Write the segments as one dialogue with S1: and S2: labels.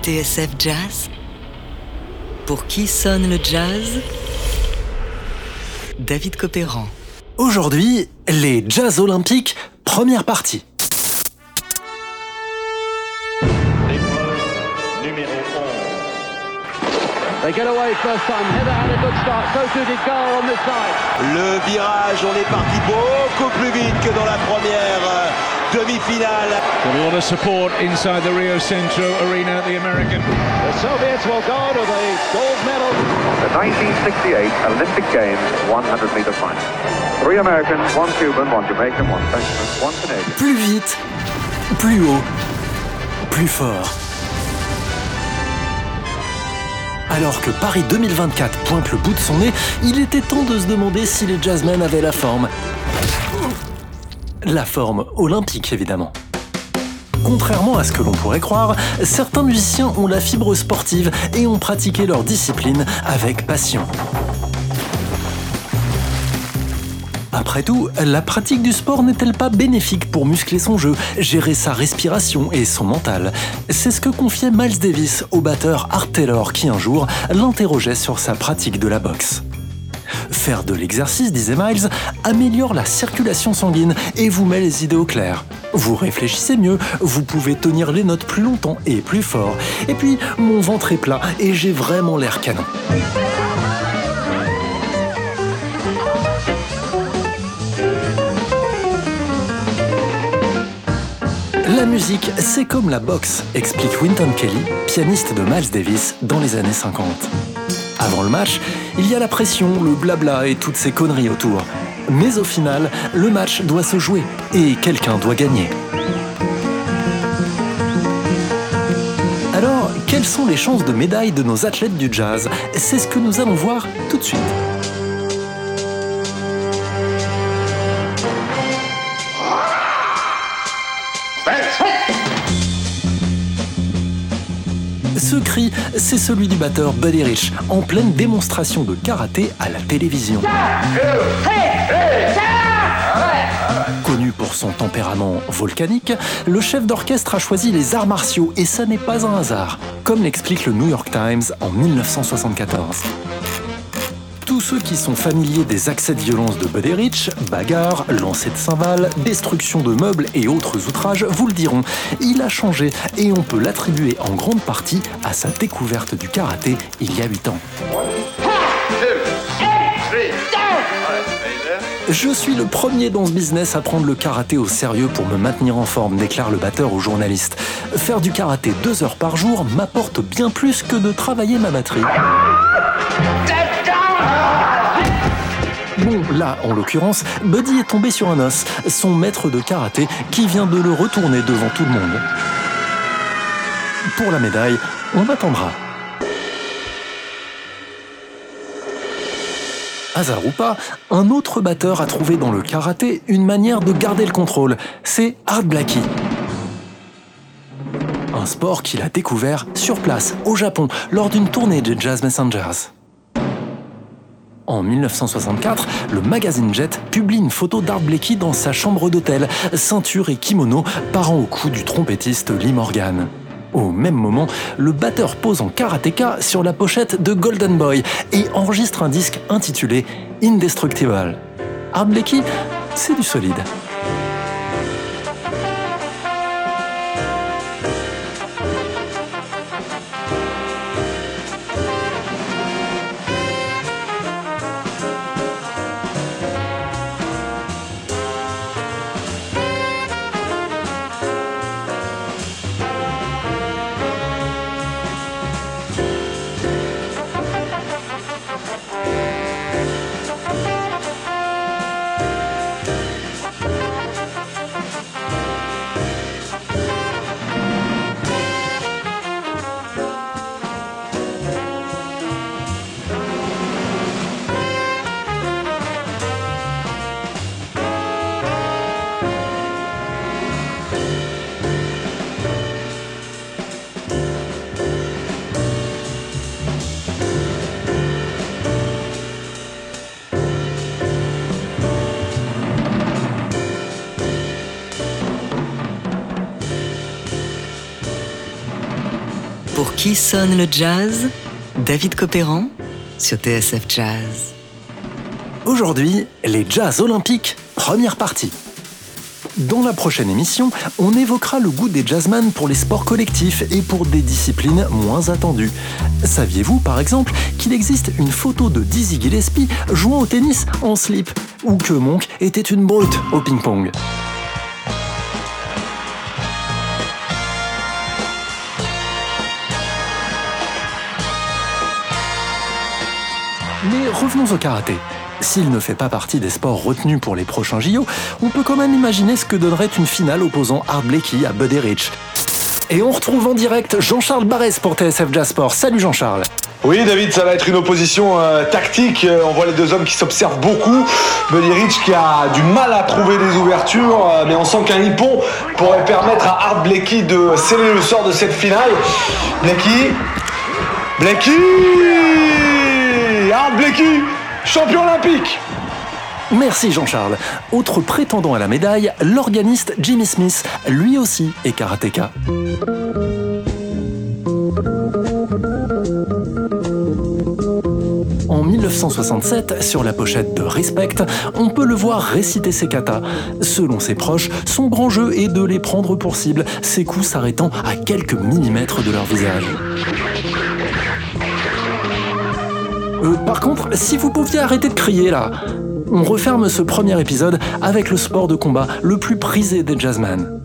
S1: TSF Jazz. Pour qui sonne le jazz? David Copéran.
S2: Aujourd'hui, les Jazz Olympiques, première partie.
S3: They get away first time. Heather had a good start. So too did Gar on this side.
S4: Le virage, on est parti beaucoup plus vite que dans la première demi-finale.
S5: Got a lot of support inside the Rio Centro Arena, the American.
S3: The Soviets will go to the gold medal.
S6: The 1968 Olympic Games 100-meter final. 3 Americans, 1 Cuban, 1 Jamaican, 1 Frenchman, 1 Canadian.
S2: Plus vite, plus haut, plus fort. Alors que Paris 2024 pointe le bout de son nez, il était temps de se demander si les jazzmen avaient la forme. La forme olympique, évidemment. Contrairement à ce que l'on pourrait croire, certains musiciens ont la fibre sportive et ont pratiqué leur discipline avec passion. Après tout, la pratique du sport n'est-elle pas bénéfique pour muscler son jeu, gérer sa respiration et son mental? C'est ce que confiait Miles Davis au batteur Art Taylor qui un jour l'interrogeait sur sa pratique de la boxe. Faire de l'exercice, disait Miles, améliore la circulation sanguine et vous met les idées au clair. Vous réfléchissez mieux, vous pouvez tenir les notes plus longtemps et plus fort. Et puis, mon ventre est plat et j'ai vraiment l'air canon. La musique, c'est comme la boxe, explique Wynton Kelly, pianiste de Miles Davis dans les années 50. Avant le match, il y a la pression, le blabla et toutes ces conneries autour. Mais au final, le match doit se jouer et quelqu'un doit gagner. Alors, quelles sont les chances de médaille de nos athlètes du jazz? C'est ce que nous allons voir tout de suite. Ce cri, c'est celui du batteur Buddy Rich, en pleine démonstration de karaté à la télévision. Connu pour son tempérament volcanique, le chef d'orchestre a choisi les arts martiaux et ça n'est pas un hasard, comme l'explique le New York Times en 1974. Tous ceux qui sont familiers des accès de violence de Buddy Rich, bagarres, lancers de cymbales, destruction de meubles et autres outrages, vous le diront, il a changé et on peut l'attribuer en grande partie à sa découverte du karaté il y a 8 ans. Je suis le premier dans ce business à prendre le karaté au sérieux pour me maintenir en forme, déclare le batteur aux journalistes. Faire du karaté 2 heures par jour m'apporte bien plus que de travailler ma batterie. Bon, là, en l'occurrence, Buddy est tombé sur un os, son maître de karaté, qui vient de le retourner devant tout le monde. Pour la médaille, on attendra. Hasard ou pas, un autre batteur a trouvé dans le karaté une manière de garder le contrôle. C'est Art Blakey. Un sport qu'il a découvert sur place, au Japon, lors d'une tournée de Jazz Messengers. En 1964, le magazine Jet publie une photo d'Art Blakey dans sa chambre d'hôtel, ceinture et kimono parant au cou du trompettiste Lee Morgan. Au même moment, le batteur pose en karatéka sur la pochette de Golden Boy et enregistre un disque intitulé Indestructible. Art Blakey, c'est du solide.
S1: Pour qui sonne le jazz? David Copéran sur TSF Jazz.
S2: Aujourd'hui, les Jazz Olympiques, première partie. Dans la prochaine émission, on évoquera le goût des jazzmen pour les sports collectifs et pour des disciplines moins attendues. Saviez-vous, par exemple, qu'il existe une photo de Dizzy Gillespie jouant au tennis en slip, ou que Monk était une brute au ping-pong? Mais revenons au karaté. S'il ne fait pas partie des sports retenus pour les prochains JO, on peut quand même imaginer ce que donnerait une finale opposant Art Blakey à Buddy Rich. Et on retrouve en direct Jean-Charles Barès pour TSF Jazz Sport. Salut Jean-Charles.
S7: Oui David, ça va être une opposition tactique. On voit les deux hommes qui s'observent beaucoup. Buddy Rich qui a du mal à trouver des ouvertures, mais on sent qu'un hippon pourrait permettre à Art Blakey de sceller le sort de cette finale. Blakey Art Blakey, champion olympique.
S2: Merci Jean-Charles. Autre prétendant à la médaille, l'organiste Jimmy Smith, lui aussi est karatéka. En 1967, sur la pochette de Respect, on peut le voir réciter ses katas. Selon ses proches, son grand jeu est de les prendre pour cible, ses coups s'arrêtant à quelques millimètres de leur visage. Par contre, si vous pouviez arrêter de crier là, on referme ce premier épisode avec le sport de combat le plus prisé des jazzmen.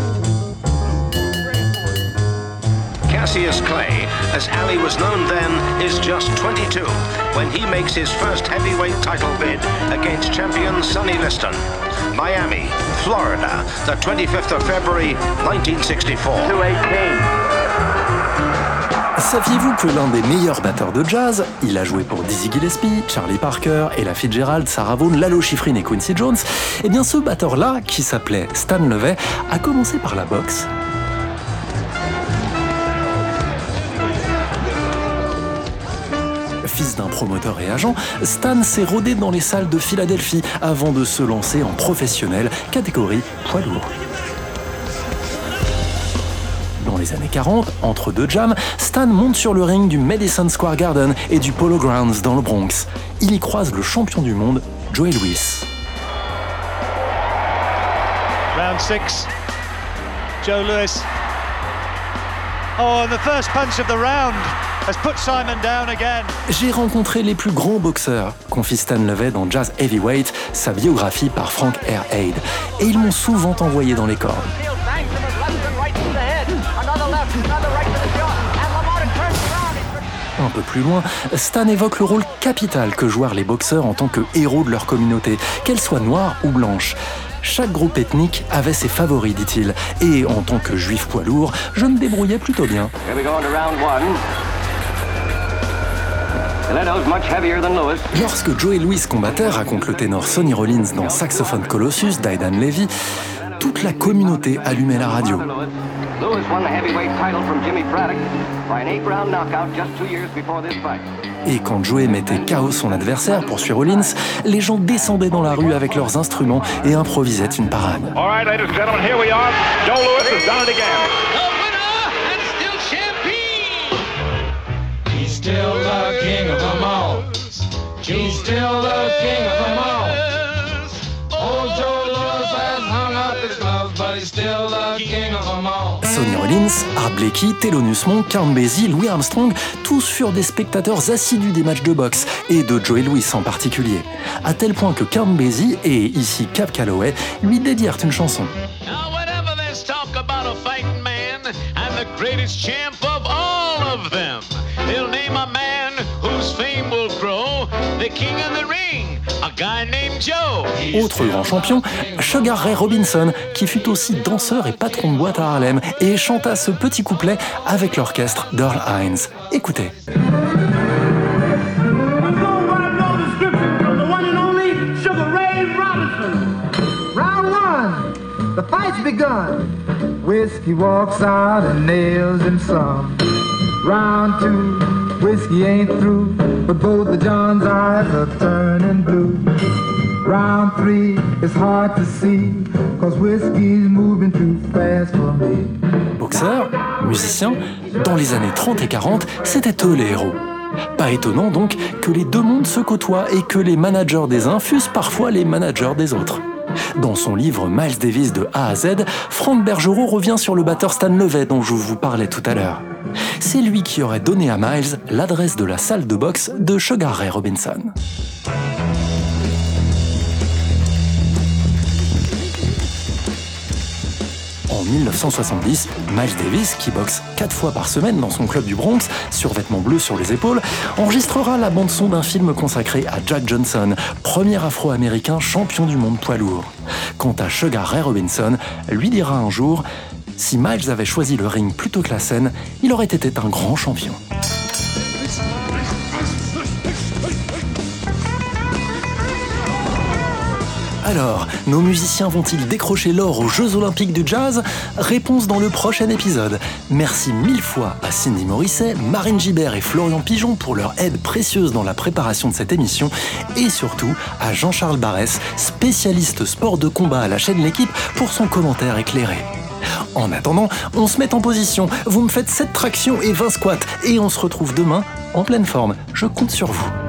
S8: Cassius Clay, as Ali was known then, is just 22 when he makes his first heavyweight title bid against champion Sonny Liston. Miami, Florida, the 25th of February, 1964.
S2: Saviez-vous que l'un des meilleurs batteurs de jazz, il a joué pour Dizzy Gillespie, Charlie Parker, Ella Fitzgerald, Sarah Vaughan, Lalo Schifrin et Quincy Jones, eh bien ce batteur-là, qui s'appelait Stan Levey, a commencé par la boxe. Fils d'un promoteur et agent, Stan s'est rodé dans les salles de Philadelphie avant de se lancer en professionnel, catégorie poids lourd. Dans les années 40, entre deux jams, Stan monte sur le ring du Madison Square Garden et du Polo Grounds dans le Bronx. Il y croise le champion du monde, Joey Louis.
S9: Round 6, Joe Louis. Oh, and the first punch of the round has put Simon down again.
S2: J'ai rencontré les plus grands boxeurs, confie Stan Levey dans Jazz Heavyweight, sa biographie par Frank R. Haid. Et ils m'ont souvent envoyé dans les cordes. Un peu plus loin, Stan évoque le rôle capital que jouent les boxeurs en tant que héros de leur communauté, qu'elle soit noire ou blanche. Chaque groupe ethnique avait ses favoris, dit-il, et en tant que juif poids lourd, je me débrouillais plutôt bien. Lorsque Joey Louis combattait, raconte le ténor Sonny Rollins dans Saxophone Colossus d'Aidan Levy, toute la communauté allumait la radio. Et quand Joey mettait KO son adversaire, poursuit Rollins, les gens descendaient dans la rue avec leurs instruments et improvisaient une parade.
S6: All right, ladies and gentlemen, here we are. Joe Louis has done it again.
S10: The winner and still champion. He's still the king of them all. He's still the king of them all. Old Joe Louis has hung up his gloves, but he's still the king of them all.
S2: Sonny Rollins, Art Blakey, Thelonious Monk, Count Basie, Louis Armstrong, tous furent des spectateurs assidus des matchs de boxe, et de Joey Louis en particulier. À tel point que Count Basie et ici Cab Calloway lui dédièrent une chanson.
S10: Now whenever there's talk about a fighting man and the greatest champ of all of them, they'll name a man whose fame will grow, the king of the ring, a guy named Joe.
S2: Autre grand champion, Sugar Ray Robinson, qui fut aussi danseur et patron de boîte à Harlem, et chanta ce petit couplet avec l'orchestre d'Earl Hines. Écoutez.
S11: The fight's begun. Whiskey walks out and nails him some. Round 2, whiskey ain't through, but both the John's eyes are turning blue. Round 3 is hard to see, 'cause whiskey's moving too fast for me.
S2: Boxeurs, musiciens, dans les années 30 et 40, c'étaient eux les héros. Pas étonnant donc que les deux mondes se côtoient et que les managers des uns fussent parfois les managers des autres. Dans son livre Miles Davis de A à Z, Franck Bergerot revient sur le batteur Stan Levey dont je vous parlais tout à l'heure. C'est lui qui aurait donné à Miles l'adresse de la salle de boxe de Sugar Ray Robinson. En 1970, Miles Davis, qui boxe 4 fois par semaine dans son club du Bronx, survêtement bleu sur les épaules, enregistrera la bande-son d'un film consacré à Jack Johnson, premier afro-américain champion du monde poids lourd. Quant à Sugar Ray Robinson, lui dira un jour « Si Miles avait choisi le ring plutôt que la scène, il aurait été un grand champion. » Alors, nos musiciens vont-ils décrocher l'or aux Jeux Olympiques du Jazz ? Réponse dans le prochain épisode. Merci 1000 fois à Cindy Morisset, Marine Gibert et Florian Pigeon pour leur aide précieuse dans la préparation de cette émission et surtout à Jean-Charles Barès, spécialiste sport de combat à la chaîne L'Équipe pour son commentaire éclairé. En attendant, on se met en position, vous me faites 7 tractions et 20 squats et on se retrouve demain en pleine forme. Je compte sur vous.